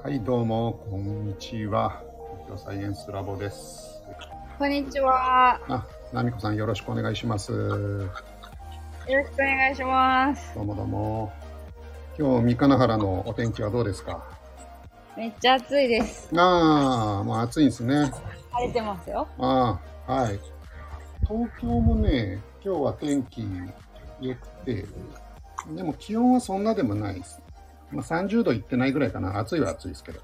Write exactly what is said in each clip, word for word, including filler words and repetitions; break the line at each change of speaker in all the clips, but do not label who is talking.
はい、どうも、こんにちは。東京サイエンスラボです。
こんにちは。
あ、なみこさんよろしくお願いします。よ
ろしくお願いします。
どうもどうも。今日、三金原のお天気はどうですか？
めっちゃ暑いです。
ああ、まあ暑いんですね。
晴れてますよ。
ああ、はい。東京もね、今日は天気良くて、でも気温はそんなでもないです。まあ、さんじゅうどいってないぐらいかな。暑いは暑いですけど。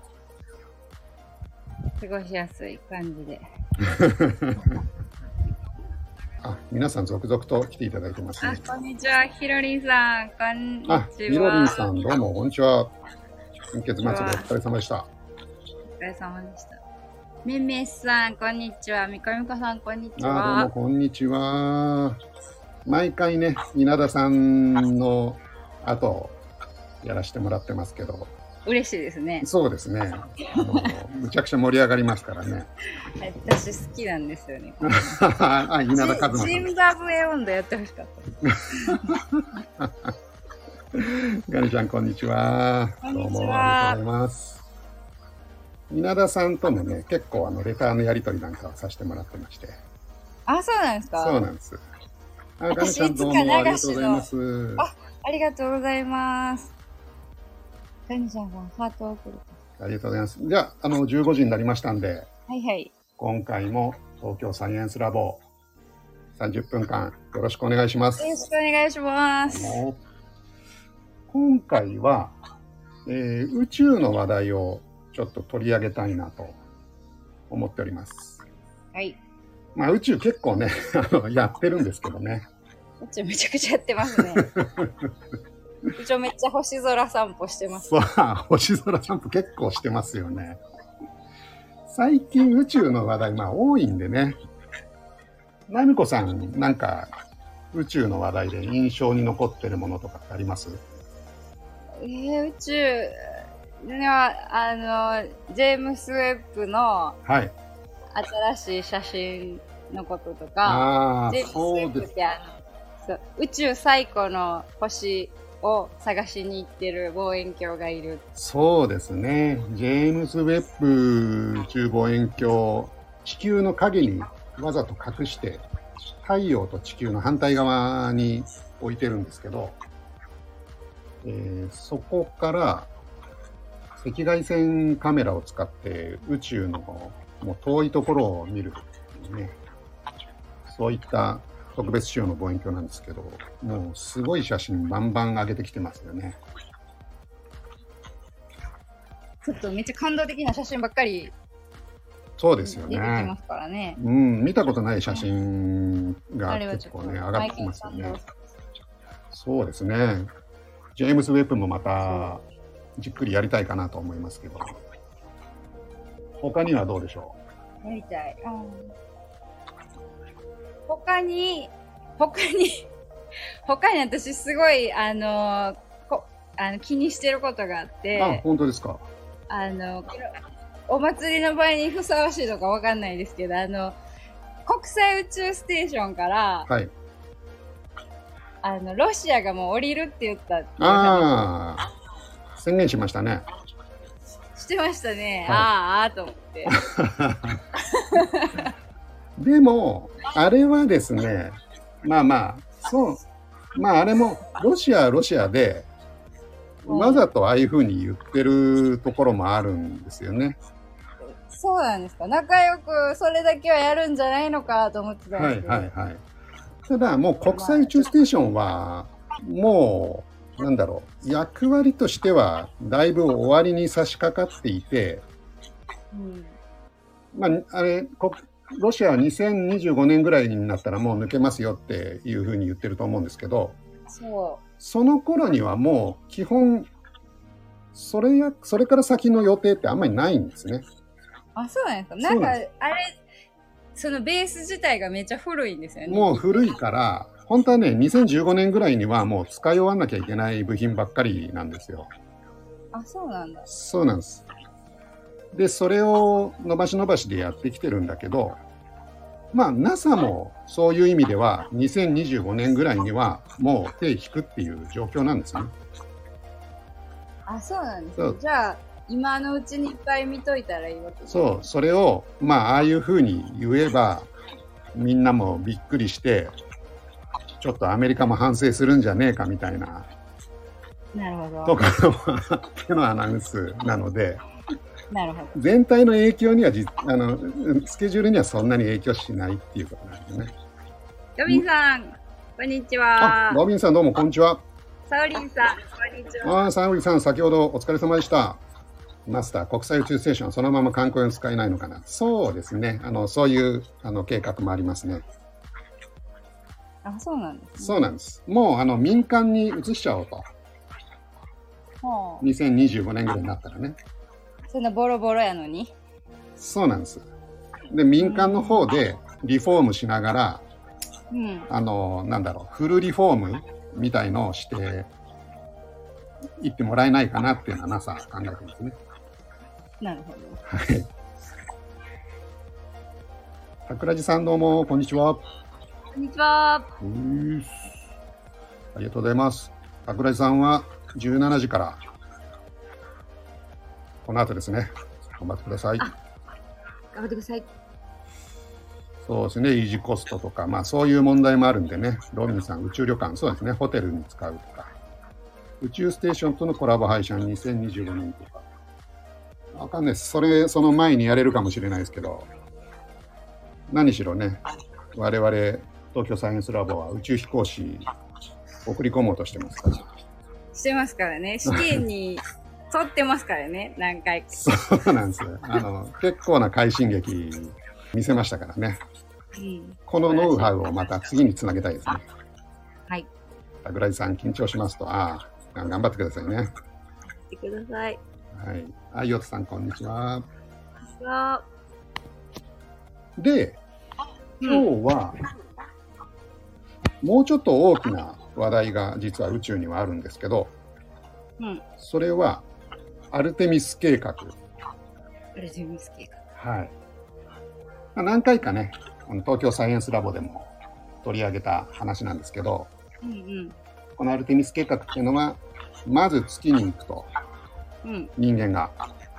過ごしやすい感じで。
あ、皆さん続々と来ていただいてますね。
あ、こんにちは。ひろりんさん、こんにちは。
あ、ひろりんさん、どうも、こんにちは。先月末でお疲れ様でした。
お疲れ様でした。めめさん、こんにちは。みこみこさん、こんにちは。
あ、どうも、こんにちは。毎回ね、稲田さんの後、やらせてもらってますけど。
嬉しいですね。
そうですね。むちゃくちゃ盛り上がりますからね。
私好きなんですよね。
あ、稲田和馬さん。
ジンバブエ温度やってほしかった。
ガニちゃん、こんにちは。
こんにちは。
どうもありがとうございます。稲田さんともね、結構あのレターのやり取りなんかをさせてもらってまして。
あ、そうなんですか？
そうなんです。あ、ガニちゃん、どうもありがとうございます。
あ、ありがとうございます。ガニちゃんがハートを送る。
ありがとうございます。じゃあ、あの、じゅうごじになりましたんで、
はいはい。
今回も東京サイエンスラボさんじゅっぷんかんよろしくお願いします。
よろしくお願いします。
今回は、えー、宇宙の話題をちょっと取り上げたいなと思っております。
はい。
まあ宇宙結構ね、やってるんですけどね。
宇宙めちゃくちゃやってますね。宇宙めっちゃ星空散歩してます。
そう、星空散歩結構してますよね。最近宇宙の話題、まあ多いんでね。なみこさん、なんか宇宙の話題で印象に残ってるものとかってあります？
えー、宇宙には、あの、ジェームス・ウェッブの新しい写真のこととか、
あ、
ジェームス・ウェッブってあのそう宇宙最古の星を探しに行ってる望遠鏡がいる。
そうですね。ジェームズ・ウェッブ宇宙望遠鏡、地球の影にわざと隠して、太陽と地球の反対側に置いてるんですけど、えー、そこから赤外線カメラを使って宇宙のもう遠いところを見る、ね、そういった特別仕様の望遠鏡なんですけど、もうすごい写真バンバン上げてきてますよね。
ちょっとめっちゃ感動的な写真ばっかり
そうですよね。
出てきますからね。
うん、見たことない写真が結構ね、上がってきますよね。そうですね。ジェームス・ウェッブもまたじっくりやりたいかなと思いますけど。他にはどうでしょ
う？やりたい。うん他に、他に、他に私すごい、あの、こあの気にしてることがあって。
あ、本当ですか。
あの、お祭りの場合にふさわしいのかわかんないですけど、あの、国際宇宙ステーションから、はい、あの、ロシアがもう降りるって言ったっていう話。
ああ、宣言しましたね。
してましたね。はい、ああ、と思って。
でも、あれはですね、まあまあ、そう、まああれも、ロシアはロシアで、わざとああいうふうに言ってるところもあるんですよね。
そうなんですか。仲良くそれだけはやるんじゃないのかと思ってたんですけど。はいはいはい。
ただもう国際宇宙ステーションは、もう、なんだろう、役割としてはだいぶ終わりに差し掛かっていて、うん、まあ、あれ、ロシアはにせんにじゅうごねんぐらいになったらもう抜けますよっていうふうに言ってると思うんですけど、
そう。
その頃にはもう基本、それや、それから先の予定ってあんまりないんですね。
あ、そうなんですか。なんか、あれ、そのベース自体がめっちゃ古いんですよね。
もう古いから、本当はね、にせんじゅうごねんぐらいにはもう使い終わんなきゃいけない部品ばっかりなんですよ。
あ、そうなんだ。
そうなんです。で、それを伸ばし伸ばしでやってきてるんだけど、まあ ナサ もそういう意味ではにせんにじゅうごねんぐらいにはもう手引くっていう状況なんですね。
あ、そうなんですね。じゃあ今のうちにいっぱい見といたらいいわけです。
そう、それをまあああいうふうに言えばみんなもびっくりしてちょっとアメリカも反省するんじゃねえかみたいな
なるほど
とかののアナウンスなので
なるほど
全体の影響にはじあのスケジュールにはそんなに影響しないっていうことなんですね。
ロビンさんこんにちは。
ロビンさんどうもこんにちは。
サオリンさんこんにちは。
あサオリンさん先ほどお疲れ様でした。マスター国際宇宙ステーションそのまま観光に使えないのかな。そうですね、あのそういうあの計画もありますね。
あ、そうなんですね。
そうなんです。もうあの民間に移しちゃおうと、はあ、にせんにじゅうごねんぐらいになったらね。
そんなボロボロやのに。
そうなんです。で民間の方でリフォームしながら、うん、あのなんだろうフルリフォームみたいのをして行ってもらえないかなっていうのは ナサ 考えてますね。
なるほど。
はい。桜地さんどうもこんにちは。
こんにちは。あ
りがとうございます。桜地さんはじゅうしちじからこの後ですね。頑張ってください。
頑張ってください。
そうですね。維持コストとか、まあそういう問題もあるんでね。ロビンさん宇宙旅館、そうですね。ホテルに使うとか、宇宙ステーションとのコラボ配信にせんにじゅうごねんとか。わかんないです。それその前にやれるかもしれないですけど、何しろね。我々東京サイエンスラボは宇宙飛行士送り込もうとしてますから。
してますからね。試験に取ってますからね。何回か。
そうなんです。あの結構な快進撃見せましたからね。うん、このノウハウをまた次につなげたいですね。
はい。
桜井さん緊張しますと、ああ頑張ってくださいね。
頑張ってください。
はい。あいよとさんこんにちは。
こんにちは。
で、今日は、うん、もうちょっと大きな話題が実は宇宙にはあるんですけど、うん、それはアルテミス計画。
アルテミス計
画。はい。何回かね、東京サイエンスラボでも取り上げた話なんですけど、うんうん、このアルテミス計画っていうのは、まず月に行くと、うん、人間が。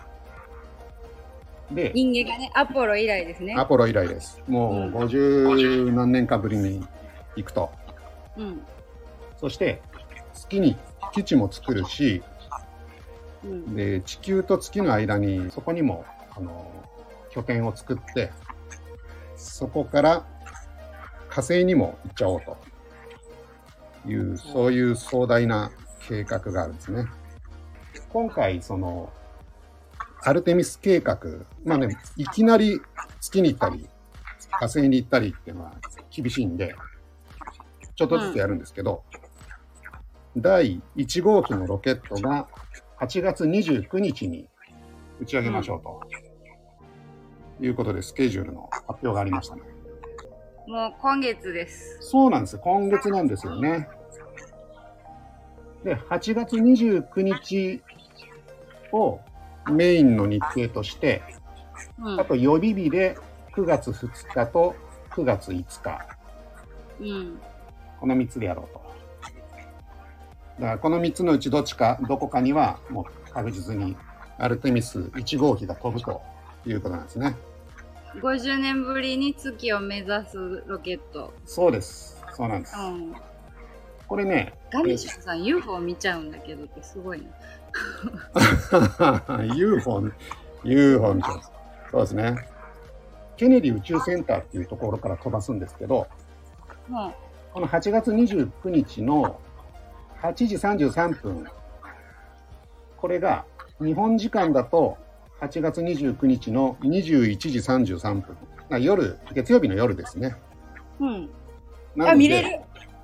で、人間がね、アポロ以来ですね。
アポロ以来です。もうごじゅう何年かぶりに行くと。うん、そして、月に基地も作るし、うん、で、地球と月の間に、そこにも、あの、拠点を作って、そこから火星にも行っちゃおうという、そういう壮大な計画があるんですね。今回、その、アルテミス計画、まあね、いきなり月に行ったり、火星に行ったりっていうのは厳しいんで、ちょっとずつやるんですけど、うん、だいいち号機のロケットがはちがつにじゅうくにちに打ち上げましょうと、うん、いうことでスケジュールの発表がありましたね。
もう今月です。
そうなんです。今月なんですよね。で、はちがつにじゅうくにちをメインの日程として、うん、あと予備日でくがつふつかとくがついつか、うん、このみっつでやろうと。だからこのみっつのうちどっちかどこかにはもう確実にアルテミスいち号機が飛ぶということなんですね。
ごじゅうねんぶりに月を目指すロケット。
そうです。そうなんです。うん、これね、
ガネシュさん ユーフォー 見ちゃうんだけどってすごいな。
ユーフォー、ユーフォー 見ちゃうんです。そうですね。ケネディ宇宙センターっていうところから飛ばすんですけど、うん、このはちがつにじゅうくにちのはちじさんじゅうさんぷん、これが日本時間だとはちがつにじゅうくにちのにじゅういちじさんじゅうさんぷん、夜、月曜日の夜ですね。うん。
あ、見れる。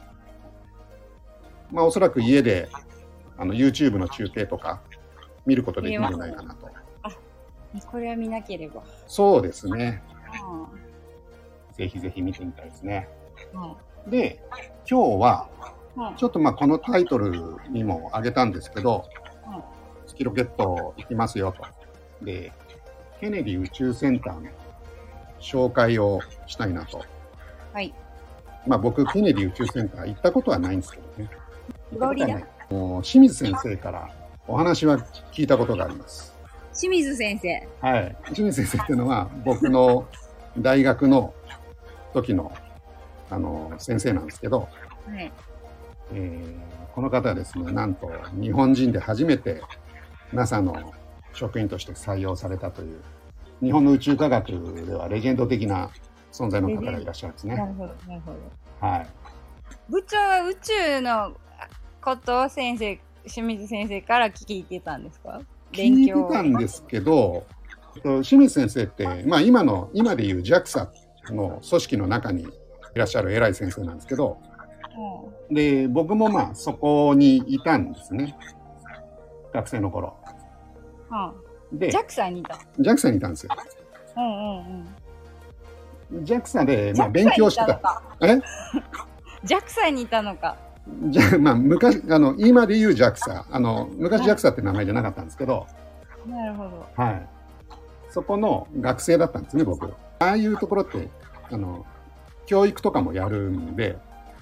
まあおそらく家であの YouTube の中継とか見ることできるんじゃないかなと。
あ、これは見なければ。
そうですね。うん、ぜひぜひ見てみたいですね。うん、で、今日は、うん、ちょっとまあこのタイトルにも挙げたんですけど、うん、月ロケット行きますよと。で、ケネディ宇宙センターの紹介をしたいなと。はい。まあ僕、ケネディ宇宙センター行ったことはないんですけどね。
フロリダ。
もう清水先生からお話は聞いたことがあります。
清水先生。
はい。清水先生っていうのは、僕の大学の時の、あの、先生なんですけど、はい。えー、この方はですね、なんと、日本人で初めて ナサ の職員として採用されたという、日本の宇宙科学ではレジェンド的な存在の方がいらっしゃるんですね。
なるほど、なるほど。
はい。
部長は宇宙のことを先生、清水先生から聞いてたんですか？
勉強。聞いてたんですけど、清水先生って、まあ今の、今でいう ジャクサ の組織の中にいらっしゃる偉い先生なんですけど、うん、で、僕もまあそこにいたんですね。学生の頃。
うん、で、ジャクサ にいた
ジャクサ にいたんですよ。うんうんうん。ジャクサ で、まあ、勉強してた。え
ジャクサ にいたのか。
じゃまあ、昔、あの、今で言う ジャクサ。あの、昔 ジャクサ って名前じゃなかったんですけど。
なるほど。
はい。そこの学生だったんですね、僕。ああいうところって、あの、教育とかもやるんで、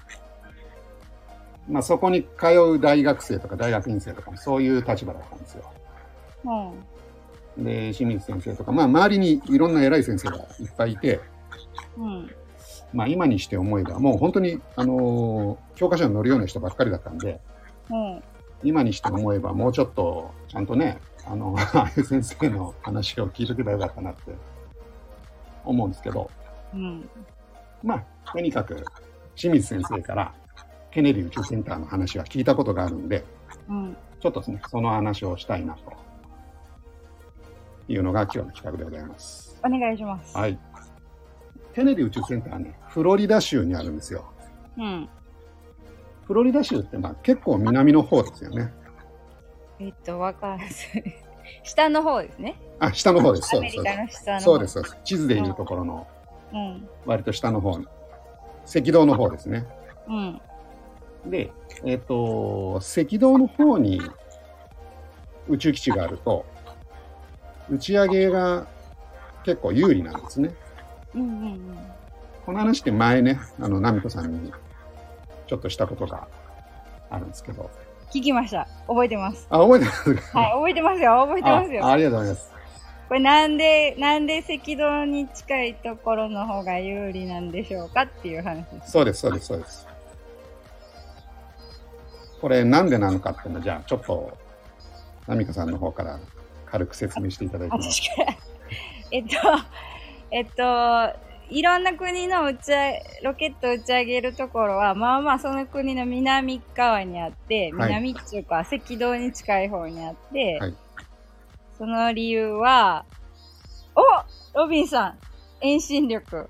まあ、そこに通う大学生とか大学院生とかもそういう立場だったんですよ。うん。で、清水先生とか、まあ、周りにいろんな偉い先生がいっぱいいて、うん。まあ、今にして思えば、もう本当に、あのー、教科書に載るような人ばっかりだったんで、うん、今にして思えば、もうちょっと、ちゃんとね、あの、ああいう先生の話を聞いとけばよかったなって思うんですけど、うん、まあ、とにかく、清水先生から、ケネディ宇宙センターの話は聞いたことがあるんで、うん、ちょっとですね、その話をしたいな、というのが今日の企画でございます。
お願いします。
はい。ケネディ宇宙センターはね、フロリダ州にあるんですよ。うん。フロリダ州ってまあ結構南の方ですよね。
えっと、わかんない。下の方ですね。
あ、下の方です。
アメリカの下の方。
そうです、そうです。地図でいうところの、うん、割と下の方、赤道の方ですね。うん。で、えっと、赤道の方に宇宙基地があると、打ち上げが結構有利なんですね。うんうんうん、この話って前ね、あの、ナミコさんにちょっとしたことがあるんですけど。
聞きました。覚えてます。
あ、覚えてます
はい、覚えてますよ。覚えてますよ。
あ、ありがとうございます。
これなんで、なんで赤道に近いところの方が有利なんでしょうかっていう話です。
そうです、そうです、そうです。これなんでなのかっていうのは、じゃあちょっと、ナミコさんの方から軽く説明していただいてます。
私から。えっと、えっと、いろんな国の打ち上ロケット打ち上げるところは、まあまあその国の南側にあって、はい、南っていうか赤道に近い方にあって、はい、その理由は、おロビンさん遠心力。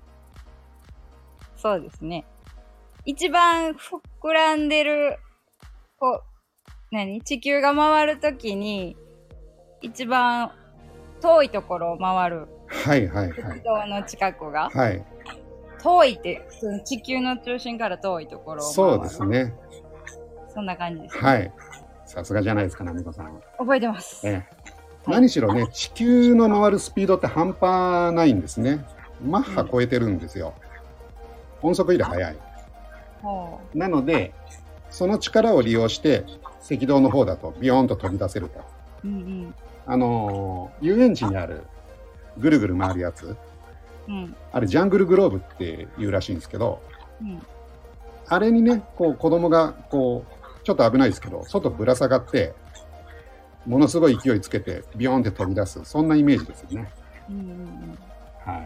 そうですね。一番膨らんでる、こう、何地球が回るときに、一番遠いところを回る。
はいはいはい。
赤道の近くが。
はい。
遠いって、その地球の中心から遠いところを回る。
そうですね。
そんな感じです、ね。
はい。さすがじゃないですか、ナミコさん。
覚えてます。
ええ。何しろね、地球の回るスピードって半端ないんですね。マッハ超えてるんですよ。うん、音速より速い。なので、その力を利用して、赤道の方だとビヨーンと飛び出せると。うんうん、あの、遊園地にあるぐるぐる回るやつ。うん、あれ、ジャングルグローブっていうらしいんですけど、うん、あれにね、こう子供が、こう、ちょっと危ないですけど、外ぶら下がって、ものすごい勢いつけて、ビヨーンって飛び出す。そんなイメージですよね。うんうんうん、はい。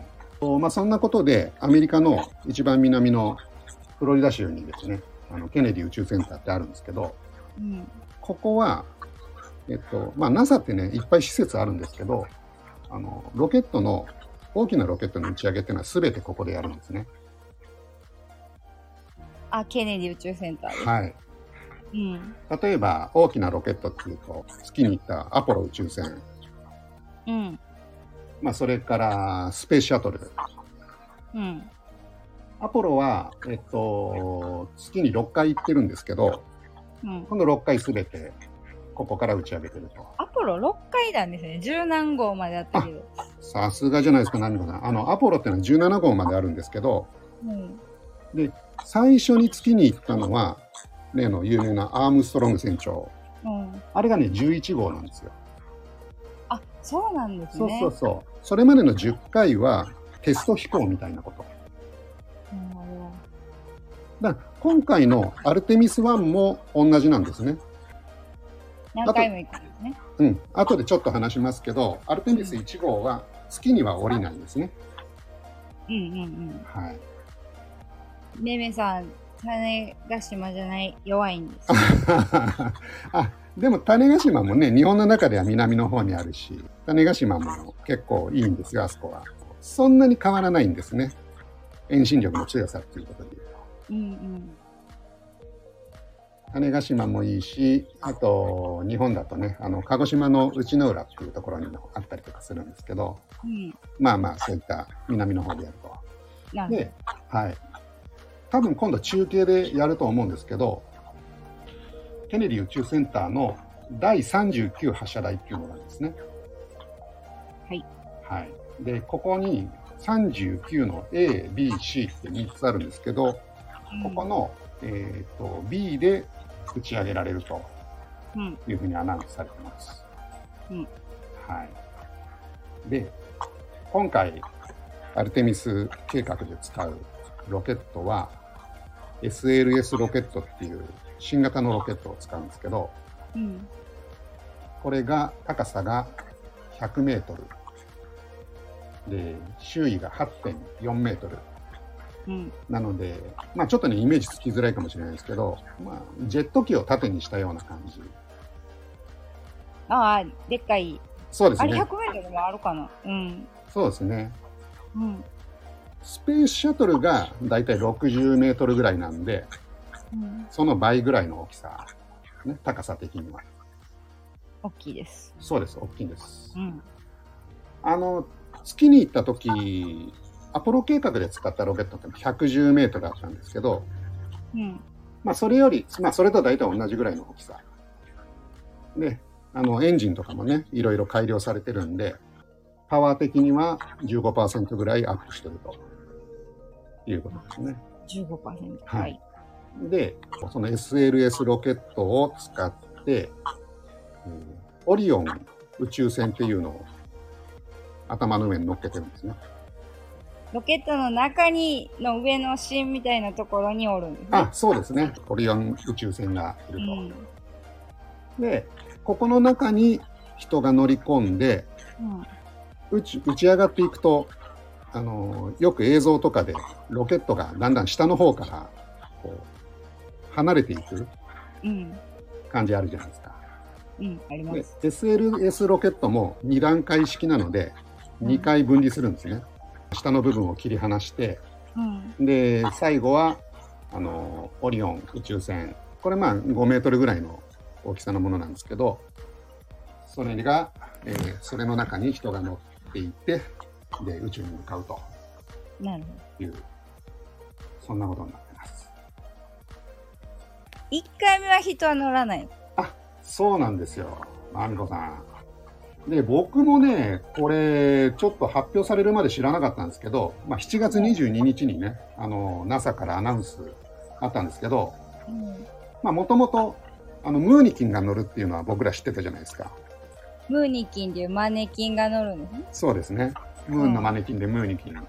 まあ、そんなことで、アメリカの一番南のフロリダ州にですね、あのケネディ宇宙センターってあるんですけど、うん、ここは、えっと、まあ、ナサ ってね、いっぱい施設あるんですけど、あの、ロケットの、大きなロケットの打ち上げっていうのは全てここでやるんですね。
あ、ケネディ宇宙センターです。
はい。うん、例えば、大きなロケットっていうと、月に行ったアポロ宇宙船。うん。まあ、それから、スペースシャトル。うん。アポロは、えっと、月にろっかい行ってるんですけど、うん、今度ろっかいすべて、ここから打ち上げてると。
アポロろっかいなんですね。じゅうなんごうまであったけど。
さすがじゃないですか、何かな。あの、アポロってのはじゅうななごうまであるんですけど、うん、で、最初に月に行ったのは、例の有名なアームストロング船長。うん、あれがね、じゅういちごうなんですよ。
あ、 そうなんです
そう
ね。
そうそう。それまでのじゅっかいはテスト飛行みたいなこと。
なるほ
だから今回のアルテミスワンも同じなんですね。
ど。何回も行くんですね。
うん。後でちょっと話しますけど、アルテミスいち号は月には降りないんですね。
うんうんうん。
はい。
めめさん、種子島じゃない、弱いんです。
あ、でも種子島もね、日本の中では南の方にあるし、種子島も結構いいんですよ、あそこは。そんなに変わらないんですね。遠心力の強さっていうことで言うと。
うんうん。
種子島もいいし、あと日本だとね、あの鹿児島の内之浦っていうところにもあったりとかするんですけど、うん、まあまあそういった南の方でやると。で、はい。多分今度中継でやると思うんですけど、ケネディ宇宙センターのだいさんじゅうきゅう発射台っていうのがあるんですね。
はい。
はい。で、ここにさんじゅうきゅうの A、B、C ってみっつあるんですけど、ここの、えーと、B で打ち上げられるというふうにアナウンスされてます。うん、はい。で、今回アルテミス計画で使うロケットは エスエルエス ロケットっていう新型のロケットを使うんですけど、うん、これが高さがひゃくメートルで周囲が はってんよんメートル、うん、なので、まあ、ちょっとねイメージつきづらいかもしれないですけど、まあ、ジェット機を縦にしたような感じ。
ああ、でっかい。
そうですね。
あれひゃくメートルもあるかな。うん。
そうですね。うん。スペースシャトルがだいたいろくじゅうメートルぐらいなんで、うん、その倍ぐらいの大きさ、ね、高さ的には。
大きいです。
そうです、大きいんです。うん、あの月に行った時、アポロ計画で使ったロケットってひゃくじゅうメートルあったんですけど、うん、まあそれより、まあそれと大体同じぐらいの大きさで、あのエンジンとかもね、いろいろ改良されてるんで、パワー的には じゅうごパーセント ぐらいアップしてるということですね。
じゅうごパーセント。
はい。で、その エスエルエス ロケットを使って、うん、オリオン宇宙船っていうのを頭の上に乗っけてるんですね。
ロケットの中にの上の芯みたいなところにおるんですね。
あ、そうですね。オリオン宇宙船がいると。うん、で、ここの中に人が乗り込んで、うん、打ち、打ち上がっていくと、あのよく映像とかでロケットがだんだん下の方からこう離れていく感じあるじゃないですか。
うん、うん、あります。
で エスエルエス ロケットもに段階式なのでにかい分離するんですね。うん、下の部分を切り離して、うん、で最後はあのオリオン宇宙船、これまあごメートルぐらいの大きさのものなんですけど、それが、えー、それの中に人が乗っていて、で宇宙に向かうという、そんなことになってます。
いっかいめは人は乗らない。
あ、そうなんですよ、あみこさん。で、僕もね、これちょっと発表されるまで知らなかったんですけど、まあ、しちがつにじゅうににちにね、あの ナサ からアナウンスあったんですけど、うん、まあもともとあのムーニキンが乗るっていうのは僕ら知ってたじゃないですか。
ムーニキンっていうマネキンが乗るんですね。
そうですね。ムーンのマネキンでムーニキン。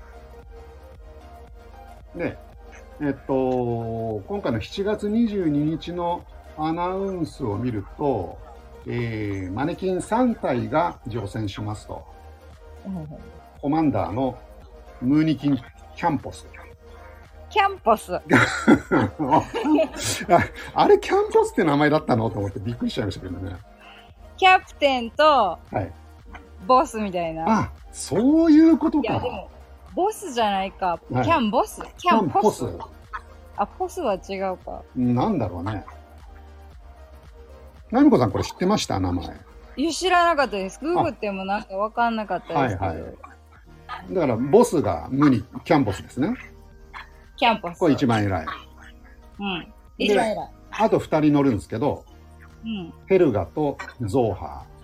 で、えっと、今回のしちがつにじゅうににちのアナウンスを見ると、えー、マネキンさんたいが乗船しますと。うん、コマンダーのムーニキン・キャンポス。
キャンポスあ
あれ、キャンポスって名前だったのと思ってびっくりしちゃいましたけどね。
キャプテンと、はい、ボスみたいな。
あ、そういうことか。
いや、でも、ボスじゃないか。はい、キャンボスキャンポス。あ、ポスは違うか。
なんだろうね。なみこさん、これ知ってました？名前。
いや、知らなかったです。ググってもなんか分かんなかったですけど。はいはい。
だから、ボスがムニ、キャンポスですね。
キャンポス。
これ一番偉い。
うん。一番偉い。
あと二人乗るんですけど、うん、ヘルガとゾーハー。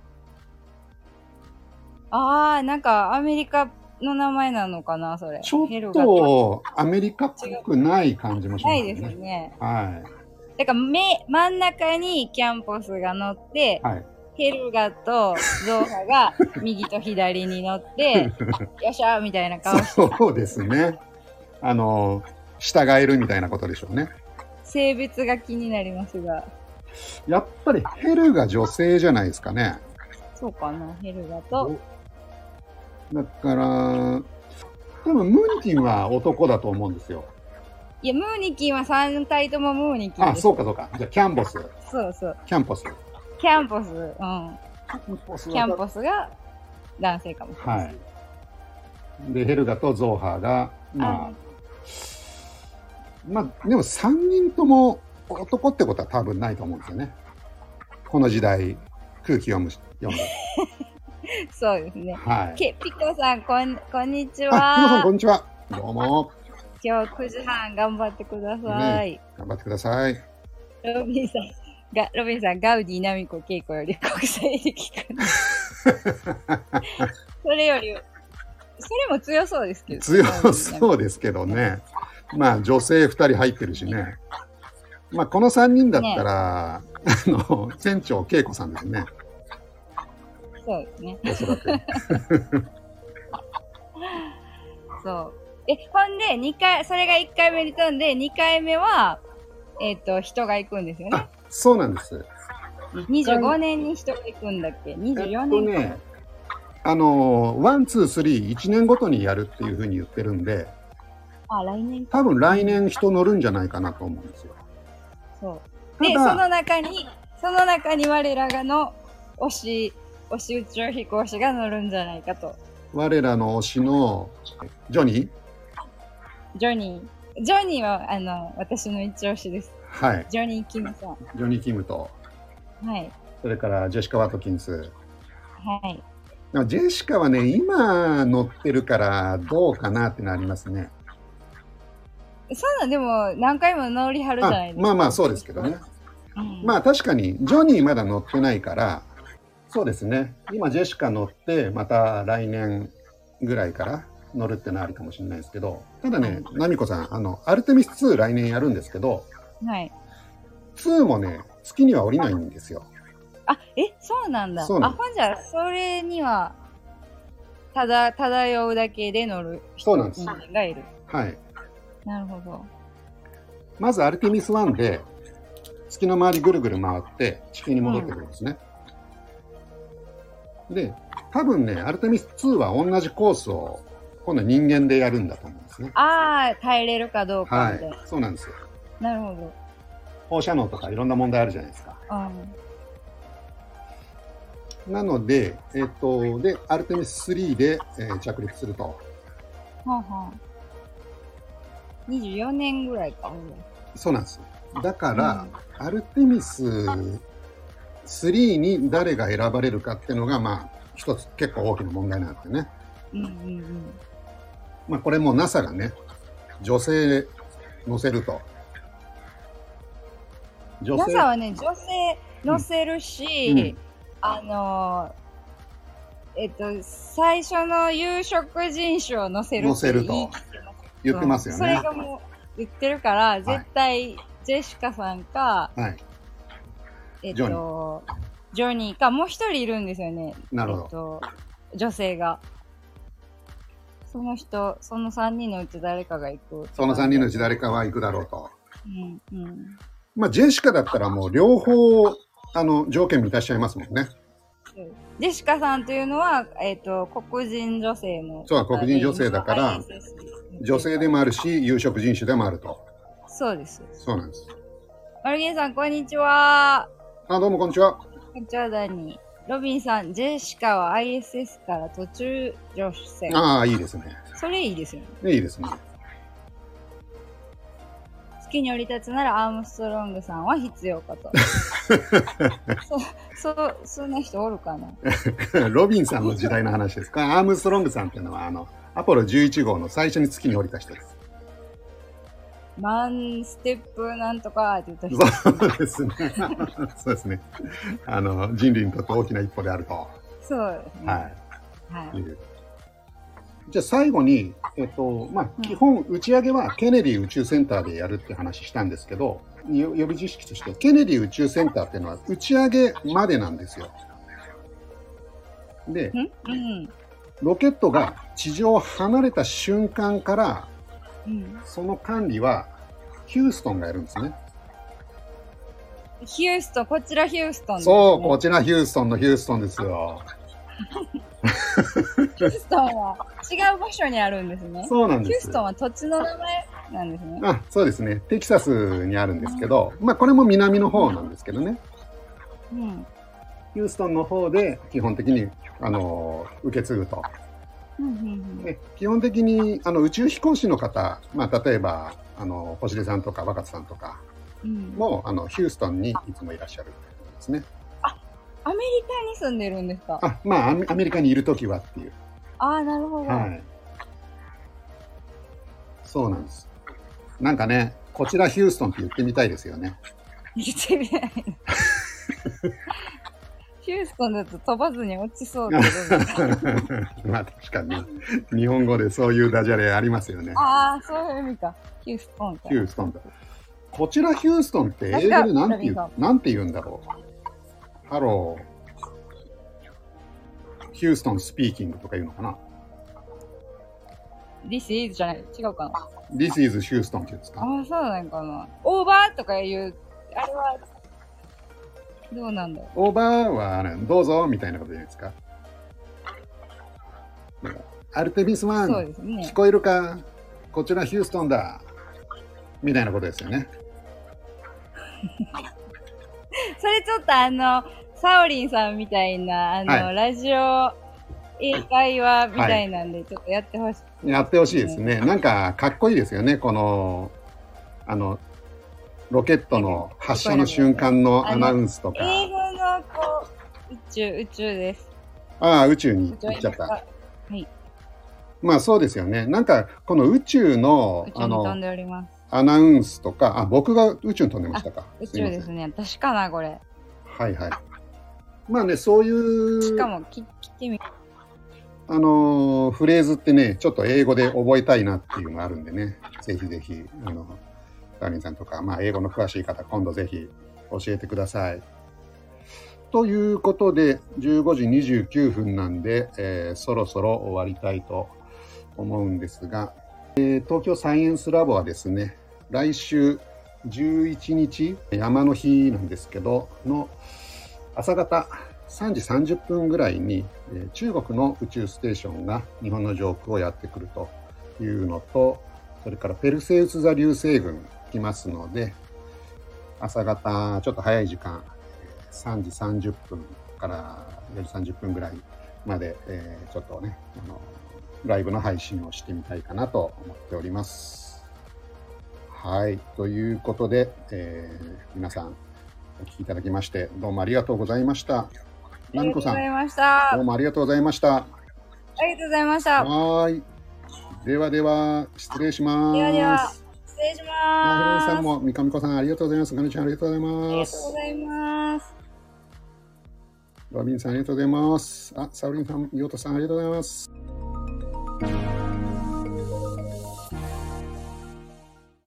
ああ、なんかアメリカの名前なのかな、それ。
ちょっとアメリカっぽくない感じもしますね。
ないですね。
はい。
だから目真ん中にキャンポスが乗って、はい、 ヘルガとゾーハが右と左に乗って、よっしゃーみたいな顔して。
そうですね。あの、従えるみたいなことでしょうね。
性別が気になりますが。
やっぱりヘルが女性じゃないですかね。
そうかな、ヘルガと。
だから、多分ムーニキンは男だと思うんですよ。
いや、ムーニキンはさん体ともムーニキンです。
あ、そうかそうか。じゃあキャンボス。
そうそう。
キャンポス。
キャンポス。うん。キャンポス。キャンポスが男性かもしれない。はい。
で、ヘルガとゾーハーが、まあ、まあ、でもさんにんとも男ってことは多分ないと思うんですよね。この時代、空気読む、読む。
そうですね。
はい。
けピコさん、こん、こんにちは。
あ、ピコさん、こんにちは。どうも。
今日くじはん頑張ってください。
ね、頑張ってください。
ロビンさんが、ロビンさん、ガウディ、ナミコ、ケイコより国際的かな。それより、それも強そうですけど。
強そうですけどね。まあ、女性ふたり入ってるしね。まあ、このさんにんだったら、ね、あの、船長、ケイコさんですね。
そうですね。
おそらく。
そう。え、ほんで、にかい、それがいっかいめに飛んで、にかいめは、えっと、人が行くんですよね。
あ、そうなんです。
にじゅうごねんに人が行くんだっけ ?にじゅうよねんか。えっとね、
あの、ワン、ツー、スリー、いちねんごとにやるっていうふうに言ってるんで、
あ、来年
多分来年人乗るんじゃないかなと思うんですよ。
そう。で、その中に、その中に我らがの推し、推し宇宙飛行士が乗るんじゃないかと。
我らの推しの、ジョニー
ジョニー。ジョニーは、あの、私の一押しです。
はい。
ジョニー・キムさん。
ジョニー・キムと、
はい。
それからジェシカ・ワトキンス。
はい。
ジェシカはね、今乗ってるからどうかなってなりますね。
そんなでも何回も乗りはるじゃないですか。
まあまあそうですけどね。うん、まあ確かにジョニーまだ乗ってないから、そうですね。今ジェシカ乗ってまた来年ぐらいから乗るってのはありかもしれないですけど、ただね、ナミコさん、あの、アルテミスツー来年やるんですけど、
はい。
ツーもね、月には降りないんですよ。
あ、え、そうなんだ。そうなんあ、ほんじゃ、それには、ただ、漂うだけで乗る人がいる。
はい。
なるほど。
まずアルテミスワンで、月の周りぐるぐる回って地球に戻ってくるんですね。うん、で、多分ね、アルテミスツーは同じコースを今度人間でやるんだと思うんですね。
ああ、耐えれるかどうかみたいな。
はい、そうなんですよ。
なるほど。
放射能とかいろんな問題あるじゃないですか。うん、なので、えっと、で、アルテミススリーで、えー、着陸すると。は
あはあ、にじゅうよねんぐらいか。
そうなんです。だから、うん、アルテミススリーに誰が選ばれるかっていうのが、まあ、一つ結構大きな問題なんですよね。うんうんうん。まあ、これも ナサ がね、女性乗せると。
女性 ナサ はね、女性乗せるし、うんうん、あのー、えっと、最初の有色人種を乗せるって
乗せると言ってますよね。
それがもう言ってるから、絶対ジェシカさんか、はい、えっと、ジョニーか、もう一人いるんですよね。
なるほど。
えっと、女性が。その人、そのさんにんのうち誰かが行く。
そのさんにんのうち誰かは行くだろうと。
うんうん。
まあ、ジェシカだったらもう両方、あの、条件満たしちゃいますもんね。
ジェシカさんというのは、えっと、黒人女性の。
そう、黒人女性だから、女性でもあるし、有色人種でもあると。
そうです。
そうなんです。
マルゲンさん、こんにちは。
あ、どうもこんにちは。
こんにちは、ダニー。ロビンさん、ジェシカは アイエスエス から途中乗船。
ああ、いいですね。
それいいですよね。
いいですね。
月に降り立つならアームストロングさんは必要かと。そ、そ、そんな人おるかな
ロビンさんの時代の話ですか。アームストロングさんっていうのは、あの、アポロじゅういち号の最初に月に降りた人です。
マンステップなんとかって言った人。
そうですね。そうですね。あの、人類にとって大きな一歩であると。
そうですね。
はい。はい。じゃあ最後に、えっと、まあ、基本打ち上げはケネディ宇宙センターでやるって話したんですけど、予備知識として、ケネディ宇宙センターっていうのは打ち上げまでなんですよ。 で、
うん、
ロケットが地上を離れた瞬間から、
うん、
その管理はヒューストンがやるんですね。
ヒューストン、こちらヒューストンですね。
そう、こちらヒューストンのヒューストンですよ。
ヒューストンは違う場所にあるんですね。
そうなんです。
ヒューストンは土地の名前なんですね。
あ、そうですね。テキサスにあるんですけど、まあこれも南の方なんですけどね。
うん。
ヒューストンの方で基本的にあの受け継ぐと。
うんうんうん、
で基本的にあの宇宙飛行士の方、まあ例えばあの星出さんとか若田さんとかも、うん、あのヒューストンにいつもいらっしゃるんですね。
あ、アメリカに住んでるんですか？
あ、まあアメリカにいるときはっていう。
ああ、なるほど。
はい。そうなんです。なんかね、こちらヒューストンって言ってみたいですよね。
言ってみたい。ヒューストンだと飛ばずに落ちそうだけど。
まあ確かに、日本語でそういうダジャレありますよね。
ああ、そういう意味か。ヒューストン
ヒューストンだ。こちらヒューストンって英語でなんて言う、なんて言うんだろう。ハロー。ヒューストンスピーキングとか言うのかな。
This is じゃない、違うかな。
This is ヒューストンって言うんですか。
ああ、そうなんかな。オーバーとか言う、あれは、どうなんだろう。
オーバーは、ね、どうぞみたいなことじゃないですか。アルテミスワン、そうですね、聞こえるか、こちらヒューストンだ。みたいなことですよね。
それちょっとあの、サオリンさんみたいな、あの、はい、ラジオ英会話みたいなんで、ちょっとやってほしい、
はい。やってほしいですね。なんか、かっこいいですよね。この、あの、ロケットの発射の瞬間のアナウンスとか。
英語のこう、宇宙、宇宙です。
ああ、宇宙に行っちゃった。はい。まあそうですよね。なんか、この宇宙の、
宇宙に飛んでおります。
アナウンスとか、あ、僕が宇宙に飛んでましたか。
宇宙ですね。確かな、これ。
はいはい。まあね、そういう。
しかも、切ってみ
あのー、フレーズってね、ちょっと英語で覚えたいなっていうのがあるんでね。ぜひぜひ、あの、ダーリンさんとか、まあ、英語の詳しい方、今度ぜひ教えてください。ということで、じゅうごじにじゅうきゅうふんなんで、えー、そろそろ終わりたいと思うんですが、えー、東京サイエンスラボはですね、来週じゅういちにち、山の日なんですけど、の朝方さんじさんじゅっぷんぐらいに、えー、中国の宇宙ステーションが日本の上空をやってくるというのと、それからペルセウス座流星群来ますので、朝方ちょっと早い時間、さんじさんじゅっぷんからよじさんじゅっぷんぐらいまで、えー、ちょっとね、あのライブの配信をしてみたいかなと思っております。はい。ということで、えー、皆さんお聞きいただきましてどうもありがとうございました。ナミコさん、どうもありがとうございました。
ありがとうございました。
はい。ではでは、失礼します。
ではでは、失礼します。
あ、ひろみさんも、みかみこさん、ありがとうございます。ガネちゃん、ありがとうございます。あり
がとうございます。
ロビンさん、ありがとうございます。あ、サウリンさん、ヨトさん、ありがとうございます。